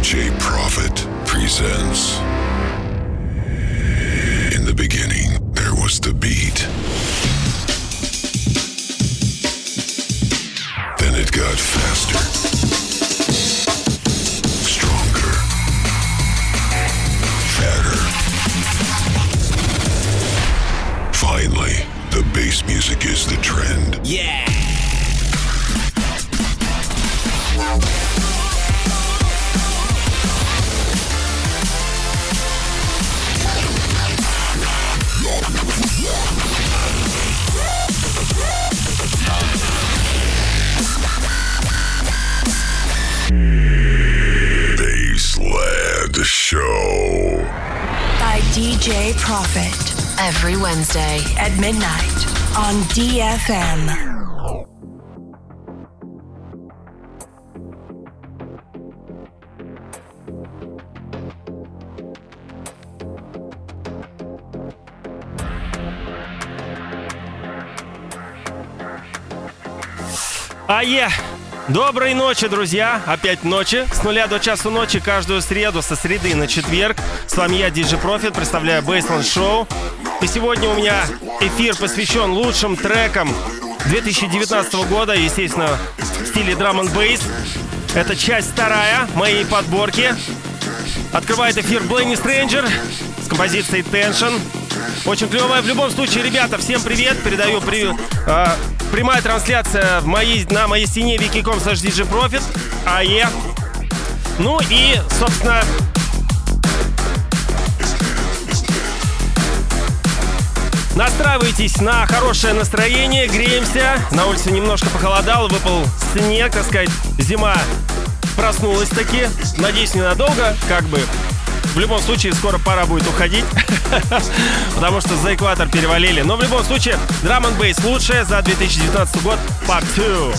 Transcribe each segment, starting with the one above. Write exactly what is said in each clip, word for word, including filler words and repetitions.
джей Prophet presents. In the beginning, there was the beat. Then it got faster, stronger, fatter. Finally, the bass music is the trend. Yeah! Bassland Show by ди джей Prophet every Wednesday at midnight on ди эф эм. Ае! Доброй ночи, друзья! Опять ночи. С нуля до часу ночи каждую среду, со среды на четверг. С вами я, ди джей Prophet, представляю Bassland Show. И сегодня у меня эфир посвящен лучшим трекам две тысячи девятнадцатого года, естественно, в стиле драм энд бейс. Это часть вторая моей подборки. Открывает эфир Blaney Stranger с композицией Tension. Очень клевая. В любом случае, ребята, всем привет. Передаю при, э, прямая трансляция в моей, на моей стене wiki точка ком слэш ди джей Prophet. АЕ. Ну и, собственно, настраивайтесь на хорошее настроение, греемся. На улице немножко похолодало, выпал снег, так сказать, зима проснулась таки. Надеюсь, ненадолго, как бы. В любом случае, скоро пора будет уходить, потому что за экватор перевалили. Но в любом случае, Drum and Bass лучшее за две тысячи девятнадцатый год, Part два.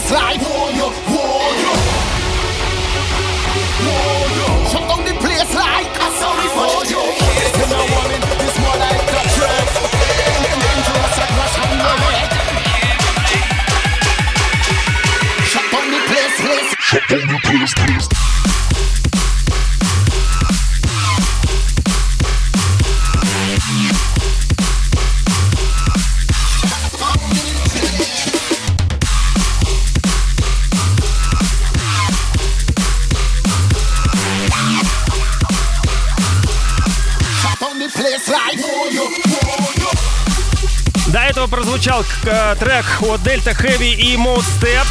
place like whoa yo, whoa yo. Whoa yo. Shut down the place like a sorry whoa yo. You know what I mean? It's more like a trap. Dangerous and rush and red. Shut down the place, place. Shut down the place, place. До этого прозвучал э, трек от Delta Heavy и Mode Step.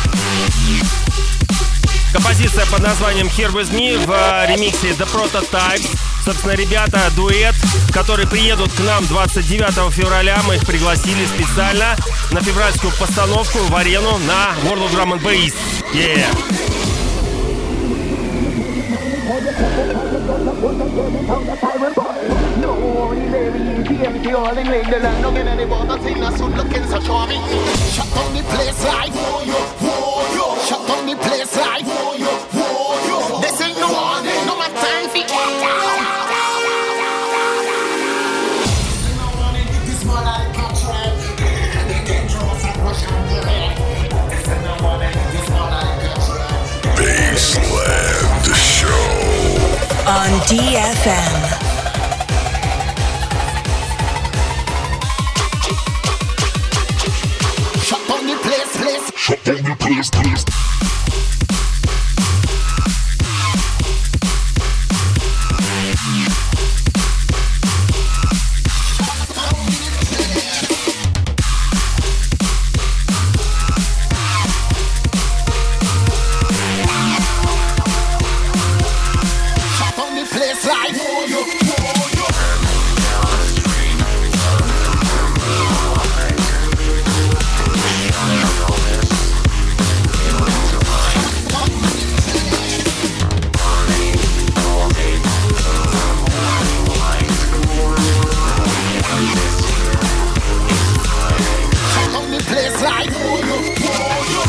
Композиция под названием Here With Me в э, ремиксе The Prototypes. Собственно, ребята, дуэт, которые приедут к нам двадцать девятого февраля. Мы их пригласили специально на февральскую постановку в арену на World of Drum and Bass. Yeah. Shut down the place like whoa yo, whoa yo. Shut down the place like whoa yo, whoa yo. This ain't no warning, no more time for get down. This more like a trap. Dangerous and rush and red. This ain't no warning, this more like a trap. Baseland, the show. On D F M. Shut down the place, place. Shut down the place, place. Shut down the place like whoa yo, whoa yo. Place like whoa yo, whoa yo.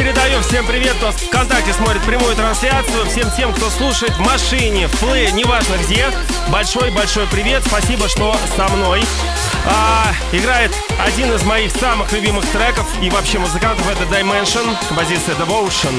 передаю всем привет, кто ВКонтакте смотрит прямую трансляцию. Всем тем, кто слушает в машине, в плее, неважно где. Большой-большой привет, спасибо, что со мной. А, играет один из моих самых любимых треков и вообще музыкантов, это Dimension, композиция Devotion.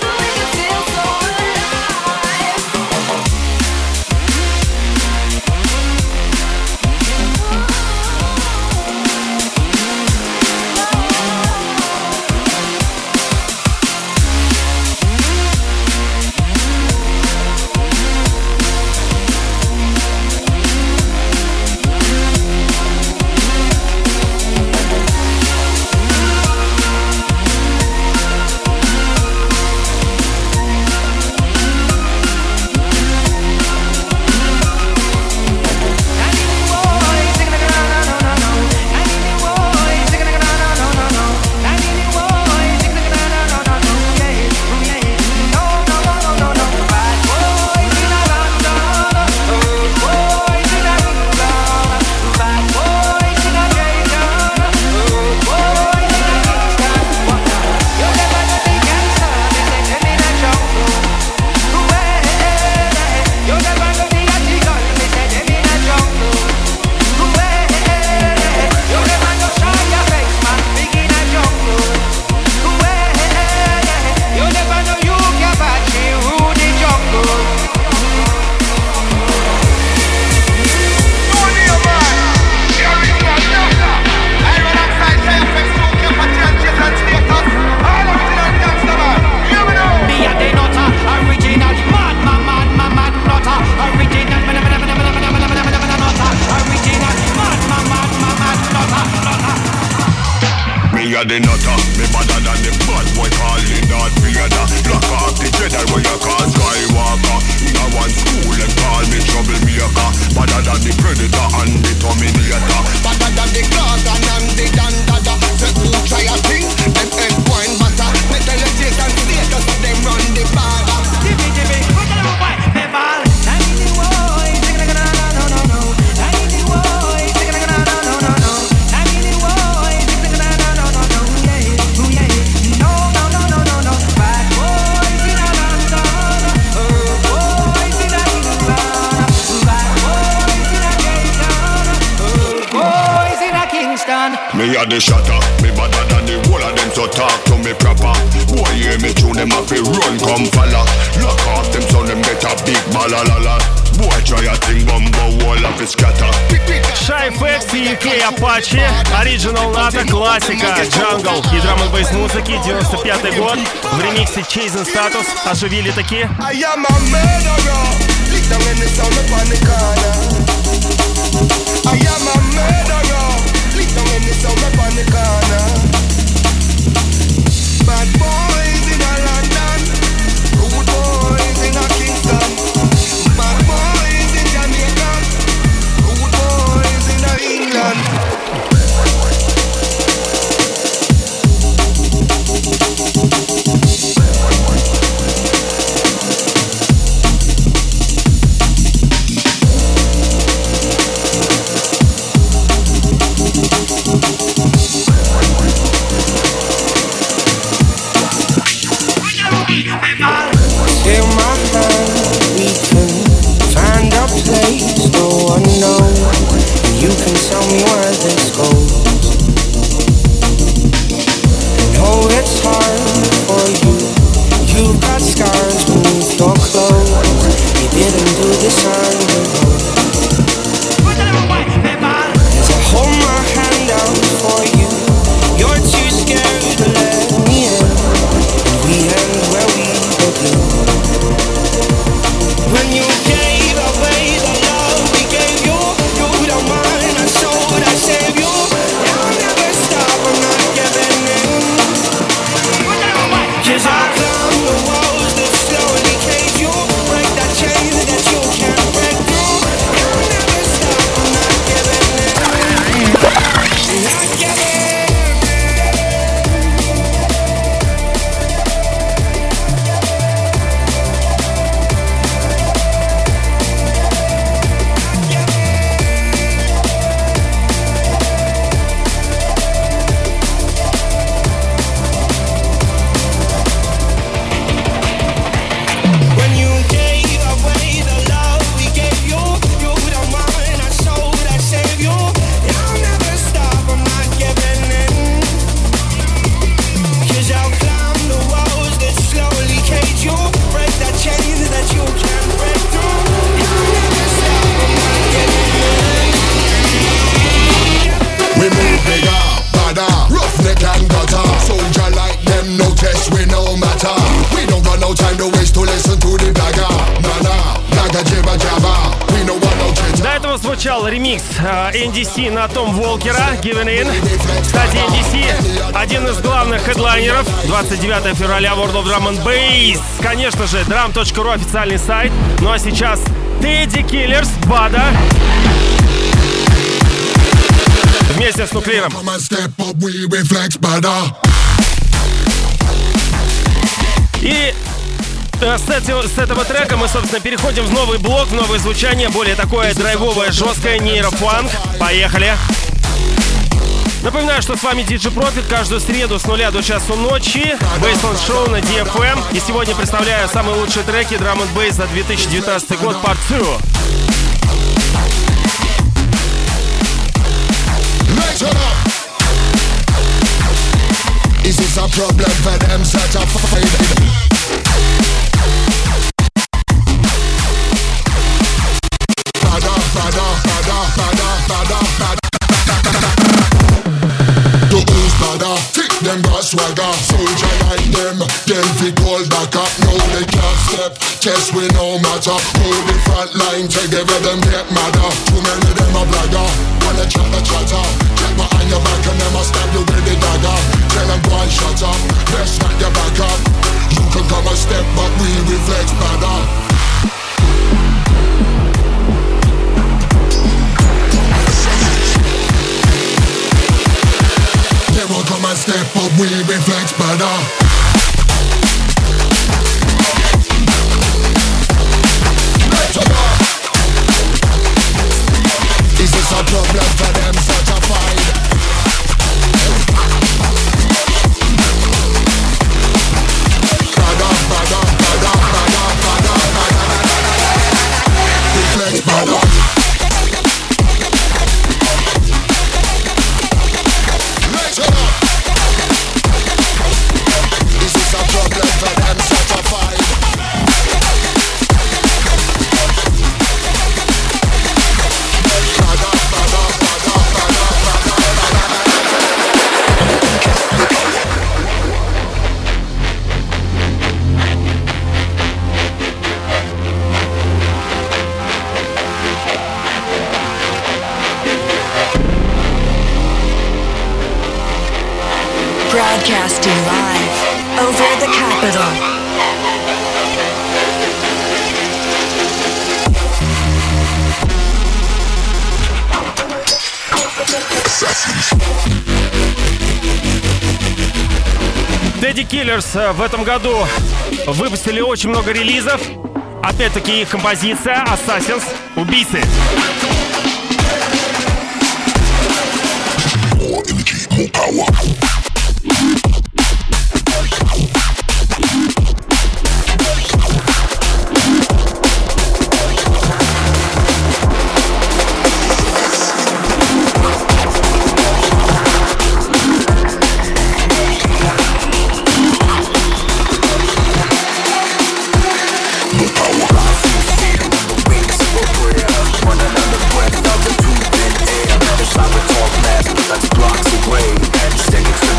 The nutter, me better than the bad boy calling Darth Vader. Block off the Jedi where you call Skywalker. In a one school and call me troublemaker. Better than the Predator and the Terminator. Better than the Gorgon and the Dandada. So who try a thing, them end point butter. Metal legends and status, them run the border. Jimmy, Jimmy, look at the boy, me ball. I need the boy, sing it again, no, no, no, no. I need the boy, sing it again, no, no, no, no. I need the boy, sing it again, no, no, no, no. Me a the shatter, me better than the whole of them, so talk to me proper. Boy, hear me tune them up, run, come follow. Lock off them, so them get a big balalala. Boy, try a thing, bumbo, wall of his scatter. Shy эф икс и ю кей Apache, Original Nata, классика, джангл и драм-н-бейс музыки, девяносто пятый год. В ремиксе Chasing Status оживили такие. I am a murderer, lick down in the sound upon the corner. I am a murderer, lick down in the sound upon the corner. Bad boys in a London, rude boys in a Kingston. Bad boys in Jamaica, rude boys in a England. До этого звучал ремикс эн ди си на Том Волкера, Giving In. Кстати, эн ди си один из главных хедлайнеров. двадцать девятого февраля World of Drum and Bass. Конечно же, драм точка ру официальный сайт. Ну а сейчас Teddy Killers, Бада. Вместе с Нуклиром. И с этого, с этого трека мы, собственно, переходим в новый блок, в новое звучание, более такое драйвовое, жесткое, нейрофанк. Поехали! Напоминаю, что с вами диджей Profit каждую среду с нуля до часу ночи. Baseline Show на ди эф эм. И сегодня представляю самые лучшие треки Drum and Bass за две тысячи девятнадцатый год, Part два. Is this a problem for them such a fight? Bada, bada, bada, bada, bada, bada. To who's bada? Tick them got swagger. Soldier like them, them fit hold back up. No they can't step, test we no matter. Hold the front line, together them get madder. Too many them a blagger, wanna chat the chatter. Check my on your back and them a stab you with the dagger. Tell them go and shut up, best smack your back up. You can come a step but we reflex better. They won't come and step but we reflex better. Is this a problem for them such a fight? Bada, bada, bada, bada, bada, bada. Reflex bada. Let's go. Is this a problem for them such a fight? Broadcasting live over the capital. Teddy Killers в этом году выпустили очень много релизов. Опять-таки их композиция Assassins, убийцы. More energy, more power. Blocks away, and sticking to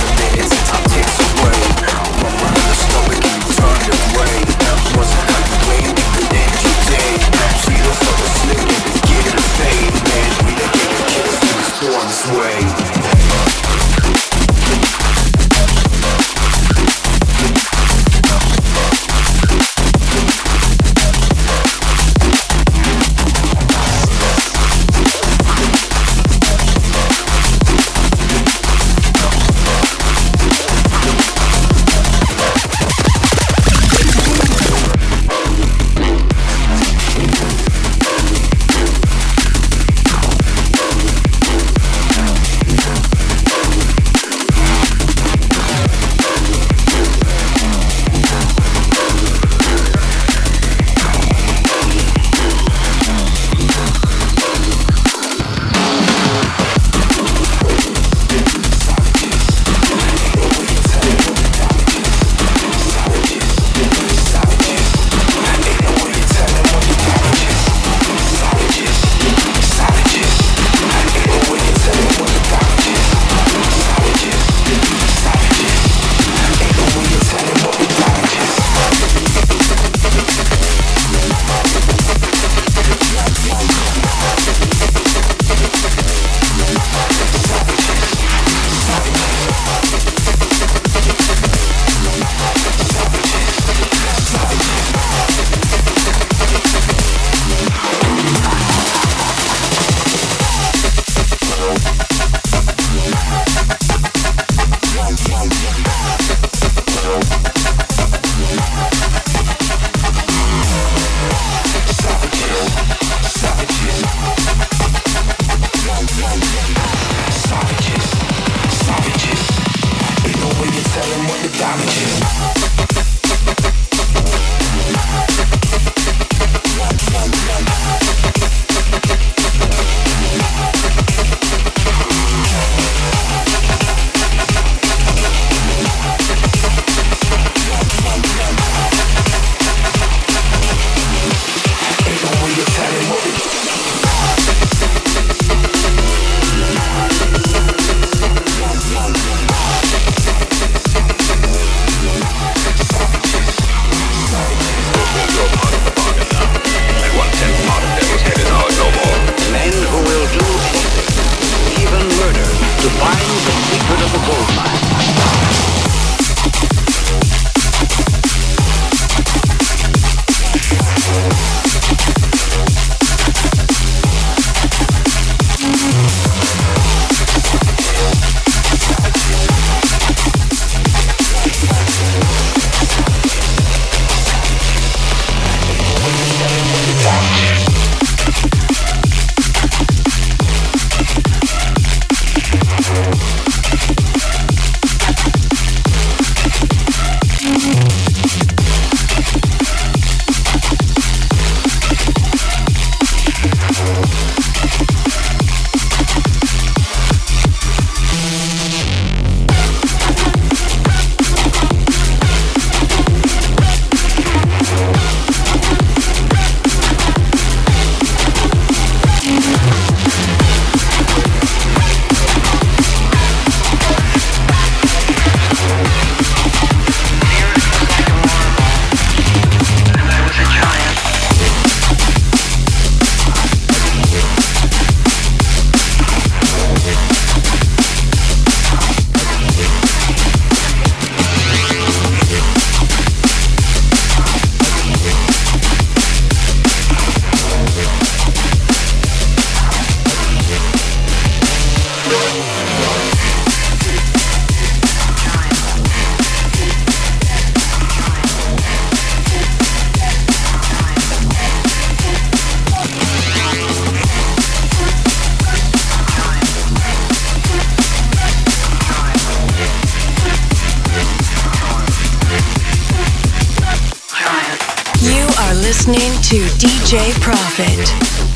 to ди джей Profit.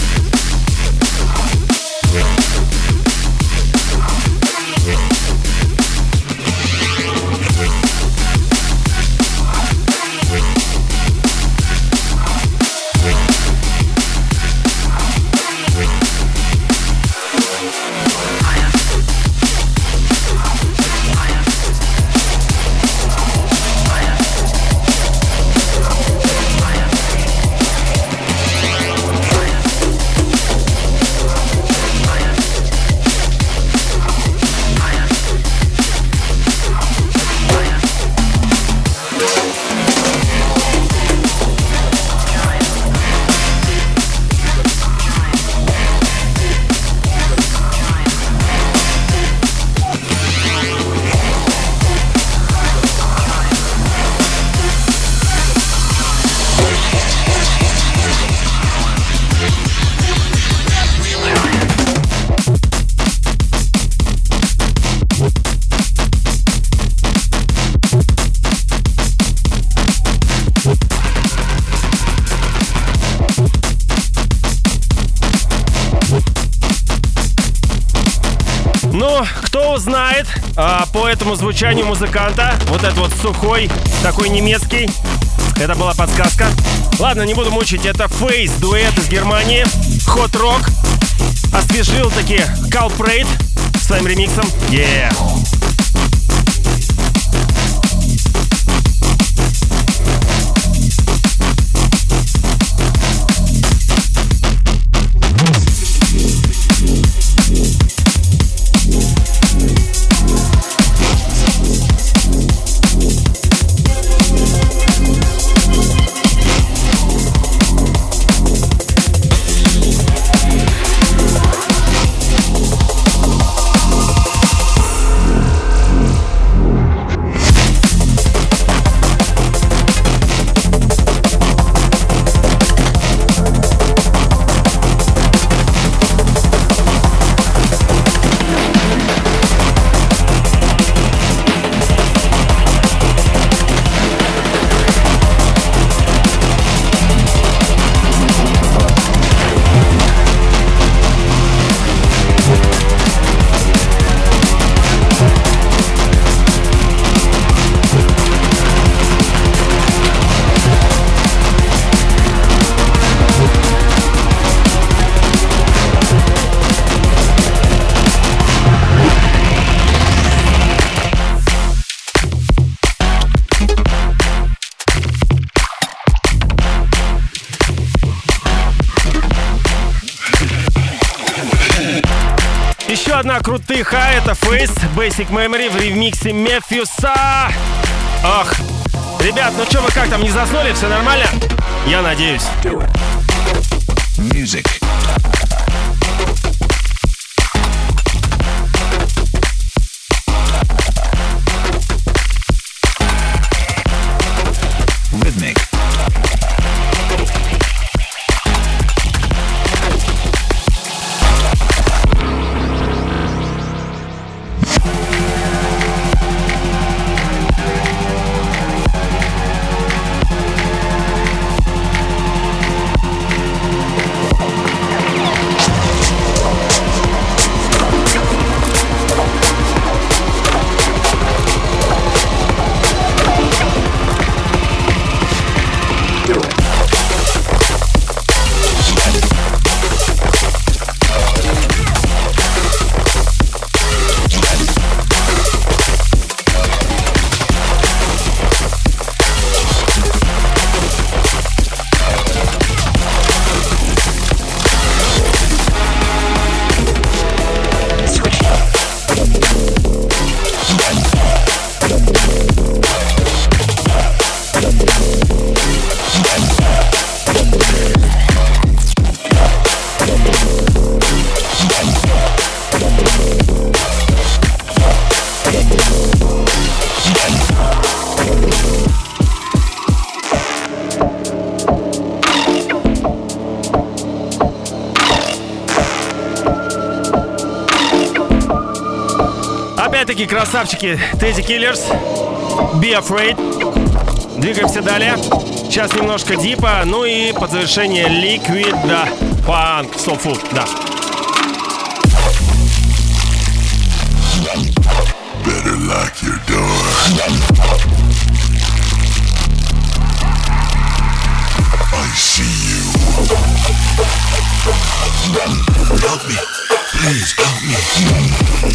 Ну, кто узнает а, по этому звучанию музыканта, вот этот вот сухой, такой немецкий, это была подсказка. Ладно, не буду мучить, это Face, дуэт из Германии, Hot Rock, освежил таки Calprate своим ремиксом. Yeah! Еще одна крутыха, это Face, Basic Memory в ремиксе Мефьюса. Ох, ребят, ну что вы как там, не заснули? Все нормально? Я надеюсь. Music. Rhythmic. Опять-таки красавчики Teddy Killers, Be Afraid. Двигаемся далее. Сейчас немножко дипа, ну и под завершение Liquid Funk Soul Food, да. Better lock your door. I see you. Help me, please help me.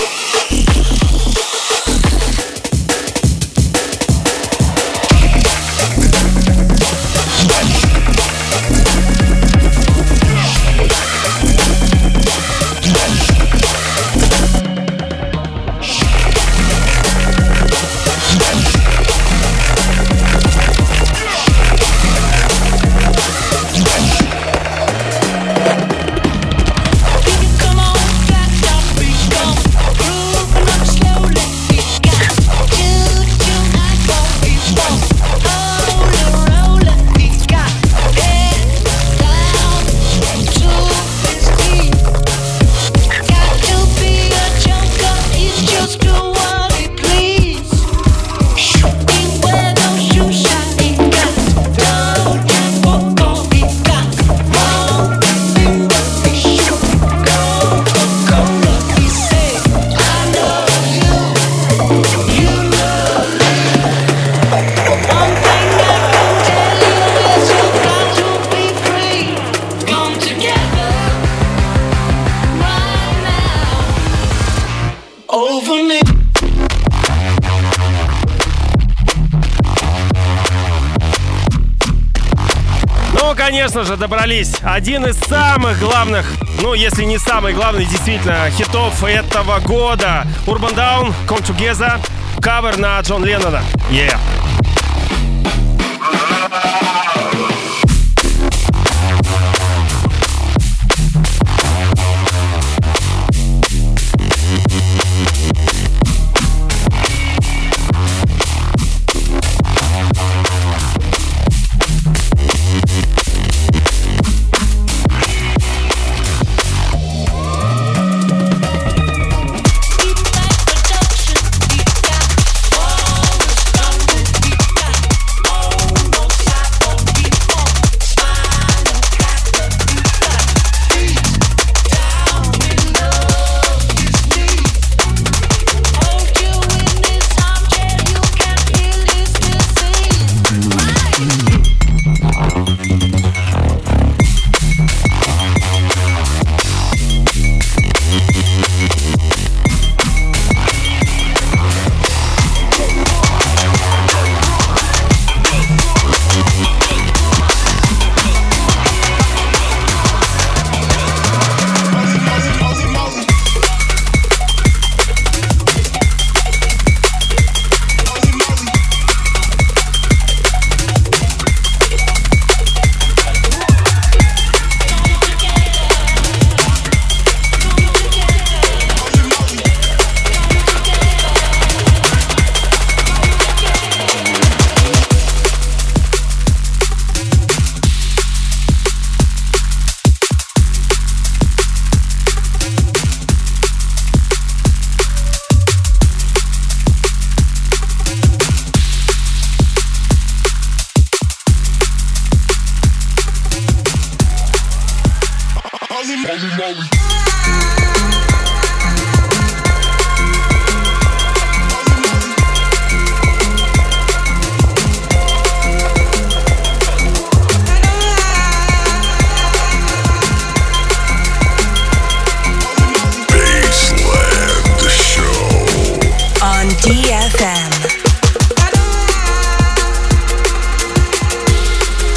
Конечно же, добрались. Один из самых главных, ну, если не самый главный, действительно, хитов этого года. Urban Down, Come Together, кавер на Джон Леннона. Yeah.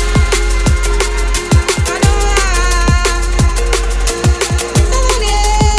Yeah.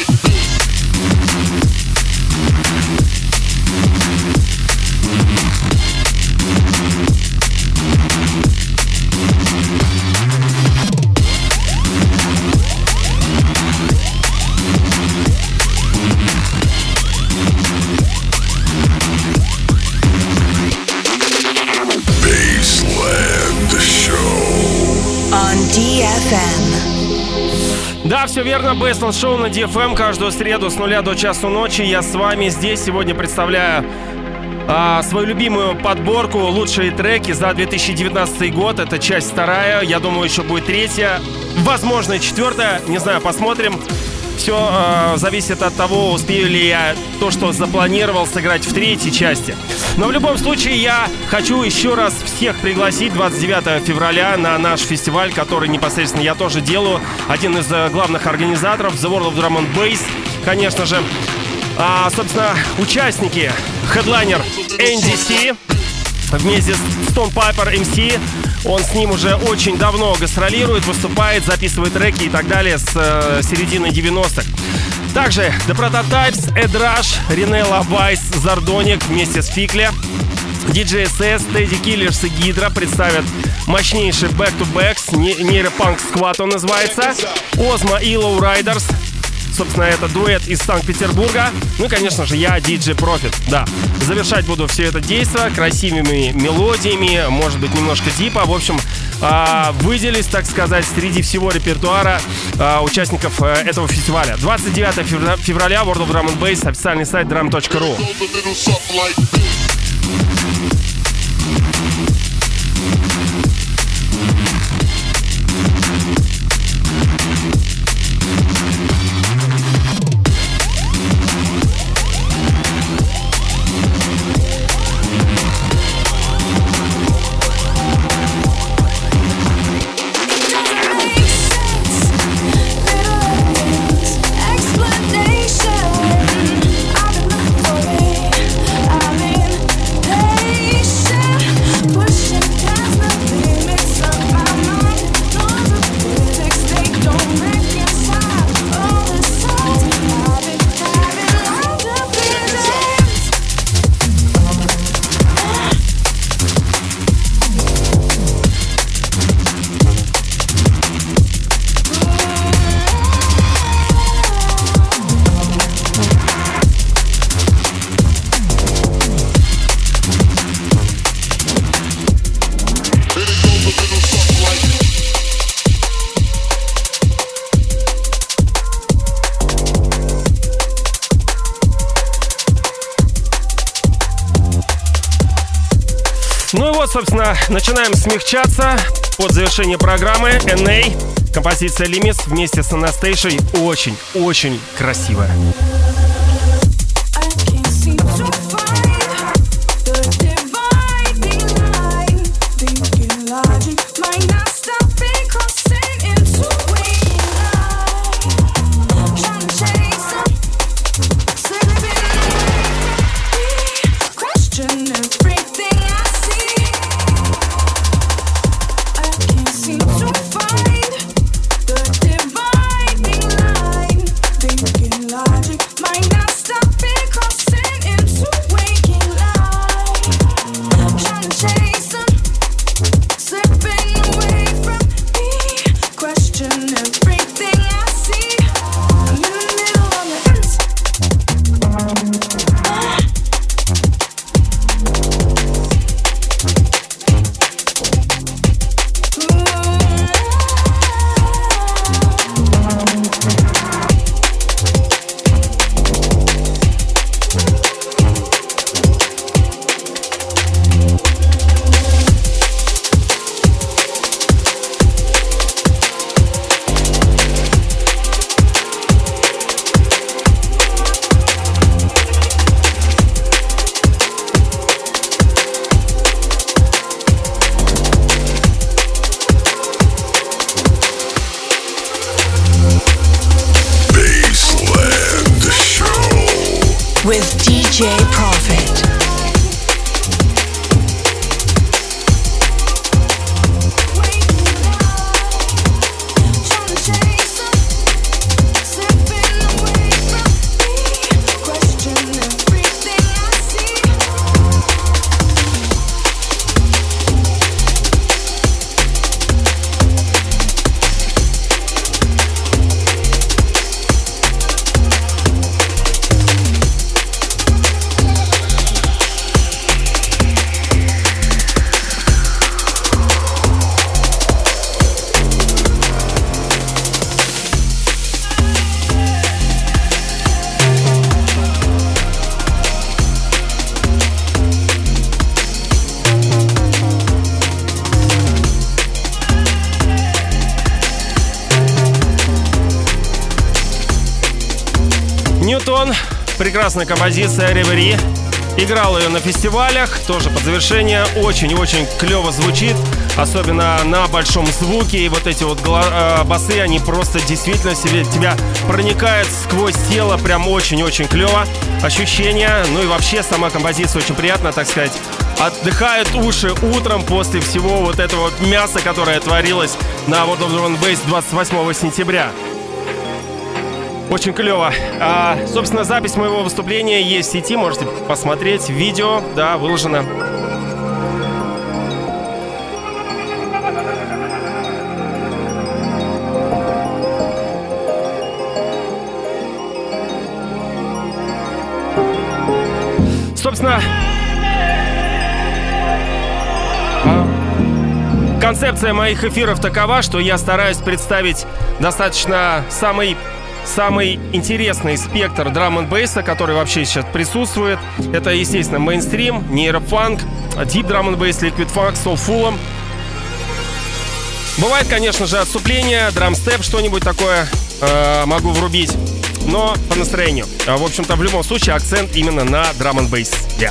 like this. ди эф эм. Да, все верно, Baseline Show на ди эф эм каждую среду с нуля до часу ночи. Я с вами здесь сегодня представляю а, свою любимую подборку «Лучшие треки» за две тысячи девятнадцатый год. Это часть вторая, я думаю, еще будет третья, возможно, четвертая, не знаю, посмотрим. Все э, зависит от того, успею ли я то, что запланировал, сыграть в третьей части. Но в любом случае я хочу еще раз всех пригласить двадцать девятого февраля на наш фестиваль, который непосредственно я тоже делаю. Один из э, главных организаторов, The World of Drum and Bass, конечно же. А, собственно, участники, хедлайнер эн ди си вместе с Stone Piper эм си. Он с ним уже очень давно гастролирует, выступает, записывает треки и так далее с э, середины девяностых. Также The Prototypes, Ed Rush, Ринелла Вайс, Зардоник вместе с Фикли. ди джей эс эс, Teddy Killers и Гидра представят мощнейший Back to Backs, нейропанк Squad он называется. Озма и Low Riders. Собственно, это дуэт из Санкт-Петербурга. Ну и, конечно же, я, ди джей Profit. Да, завершать буду все это действо красивыми мелодиями, может быть, немножко дипа. В общем, выделюсь, так сказать, среди всего репертуара участников этого фестиваля. двадцать девятого февраля, World of Drum and Bass, официальный сайт драм точка ру. Ну и вот, собственно, начинаем смягчаться под завершение программы. эн эй, композиция Limits вместе с Анастейшей. Очень-очень красивая. With ди джей Profit. Trying to chase 'em, slipping away. Ньютон, прекрасная композиция Reverie. Играл ее на фестивалях, тоже под завершение. Очень-очень клево звучит, особенно на большом звуке. И вот эти вот басы, они просто действительно себе, тебя проникают сквозь тело. Прям очень-очень клево. Ощущения, ну и вообще сама композиция очень приятна, так сказать. Отдыхают уши утром после всего вот этого вот мяса, которое творилось на World of Drum and Bass двадцать восьмого сентября. Очень клево. А, собственно, запись моего выступления есть в сети, можете посмотреть. Видео, да, выложено. Собственно, концепция моих эфиров такова, что я стараюсь представить достаточно самый Самый интересный спектр драм-н-бейса, который вообще сейчас присутствует. Это, естественно, мейнстрим, нейрофанк, дип драм-н-бейс, ликвид фанк, соулфулом. Бывает, конечно же, отступление, драм-степ, что-нибудь такое э, могу врубить, но по настроению. В общем-то, в любом случае, акцент именно на драм-н-бейс. Yeah.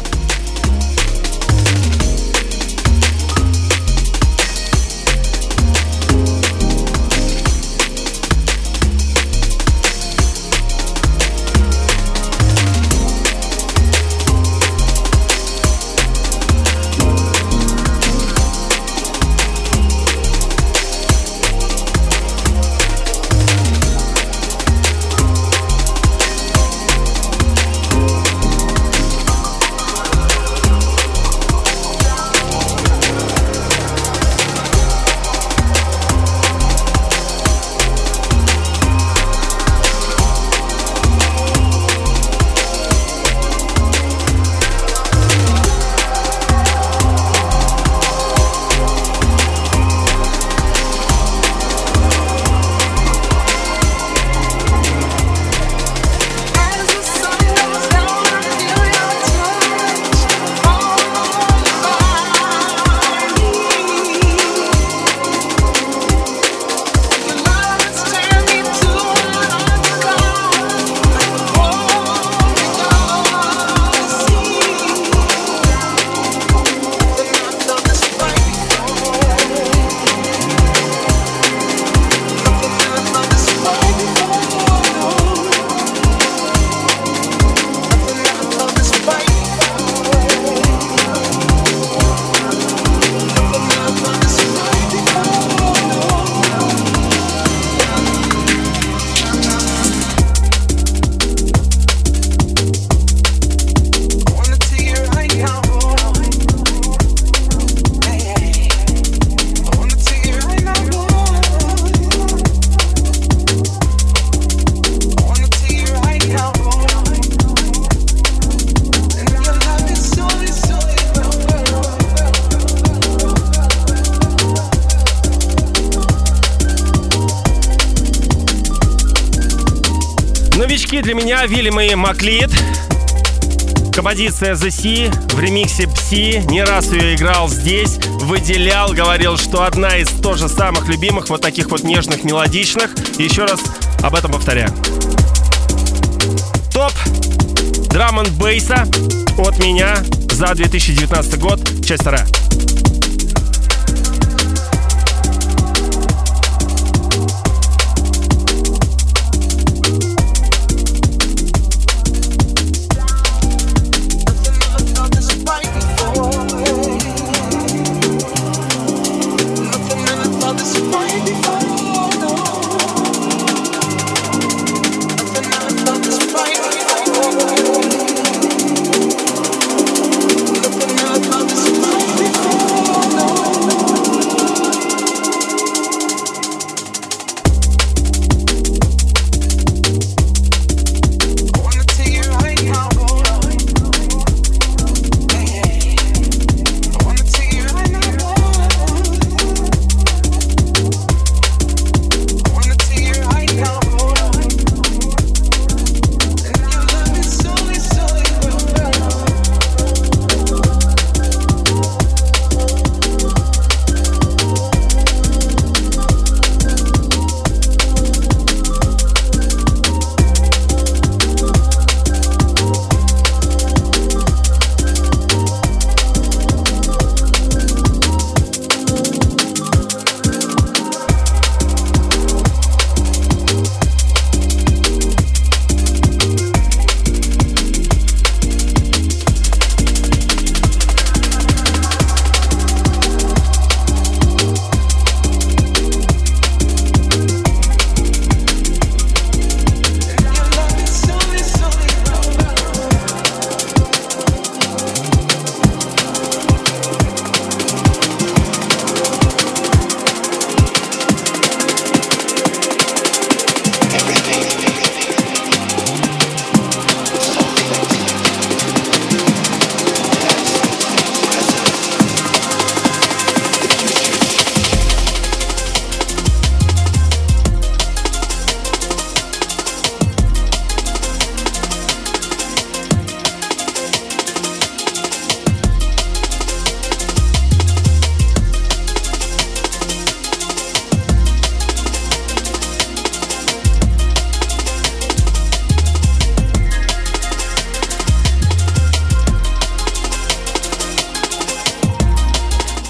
Для меня Вильям и Маклид. Композиция The Sea в ремиксе Пси. Не раз ее играл здесь, выделял, говорил, что одна из тоже самых любимых, вот таких вот нежных, мелодичных. И еще раз об этом повторяю. Топ драм-н-бейса от меня за две тысячи девятнадцатый год, часть вторая. Before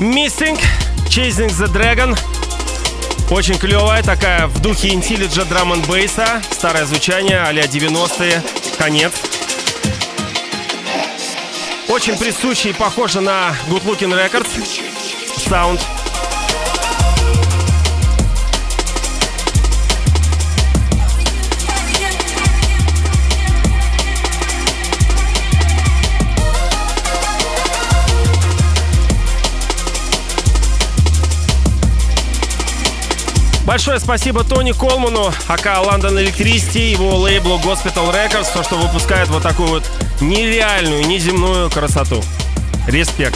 Missing, Chasing the Dragon. Очень клевая, такая в духе Intelligent Drum and Bass. Старое звучание, а-ля девяностые, конец. Очень присущий и похоже на Good Looking Records саунд. Большое спасибо Тони Колману, ака London Electricity, его лейблу Gospel Records, то, что выпускает вот такую вот нереальную, неземную красоту. Респект.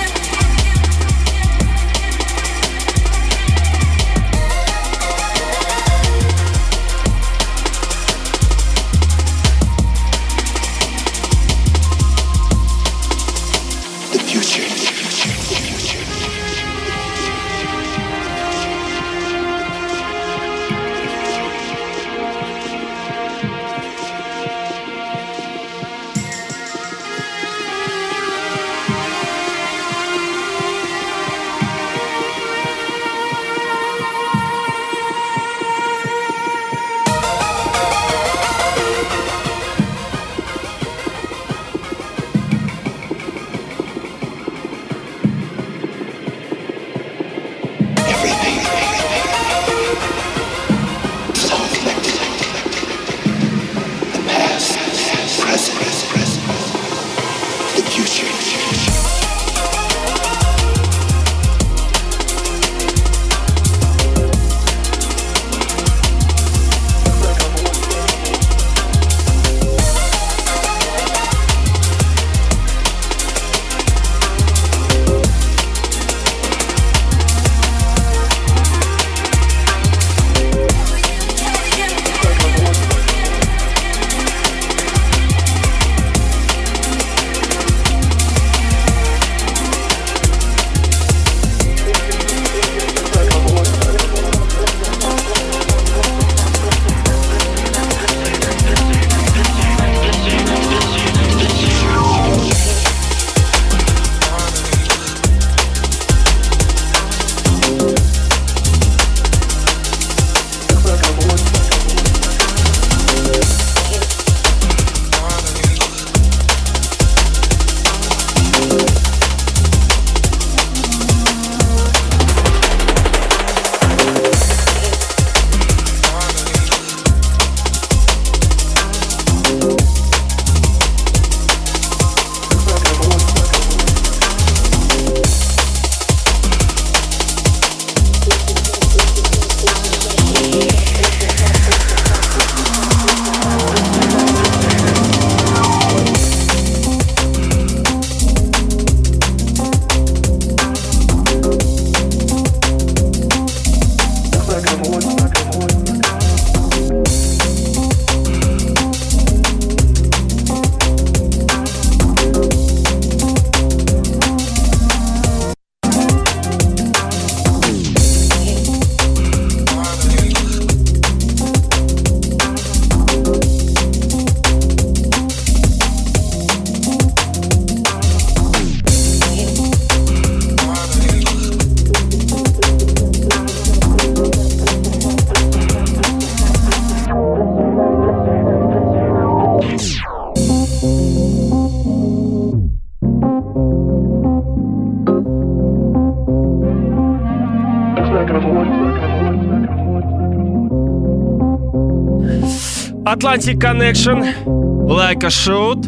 Atlantic Connection, Like a Shoot.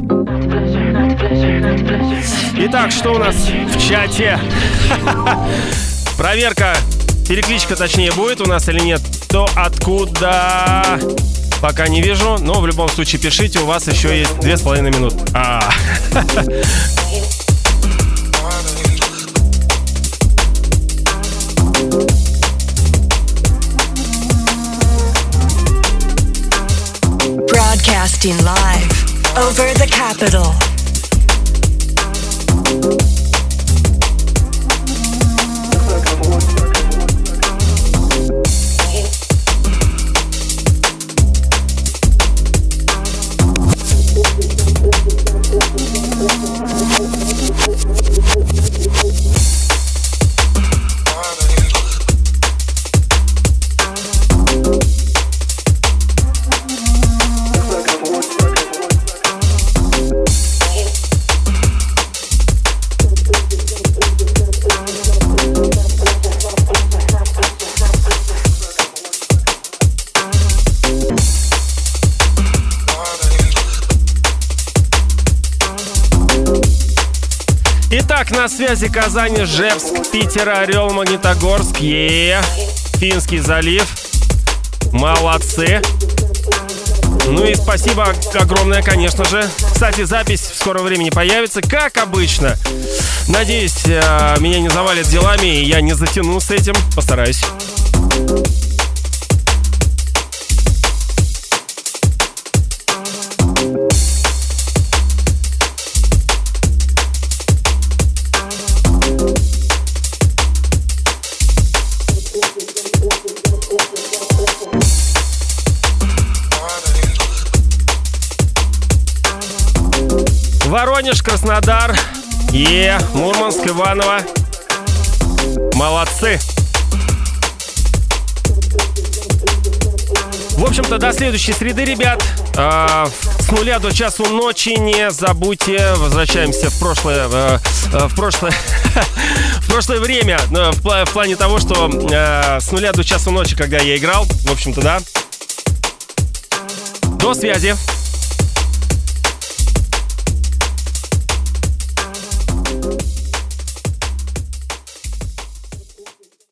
Итак, что у нас в чате? Проверка, перекличка точнее будет у нас или нет? То откуда? Пока не вижу, но в любом случае пишите, у вас еще есть две с половиной минуты. А. Broadcasting live over the capital. Итак, на связи Казань, Ижевск, Питер, Орел, Магнитогорск. Е-е-е. Финский залив. Молодцы. Ну и спасибо огромное, конечно же. Кстати, запись в скором времени появится, как обычно. Надеюсь, меня не завалят делами, и я не затяну с этим. Постараюсь. Воронеж, Краснодар, Е, Мурманск, Иваново. Молодцы. В общем-то, до следующей среды, ребят. Э, с нуля до часу ночи не забудьте. Возвращаемся в прошлое, э, э, в прошлое, в прошлое время. Э, в, в плане того, что э, с нуля до часу ночи, когда я играл, в общем-то, да. До связи.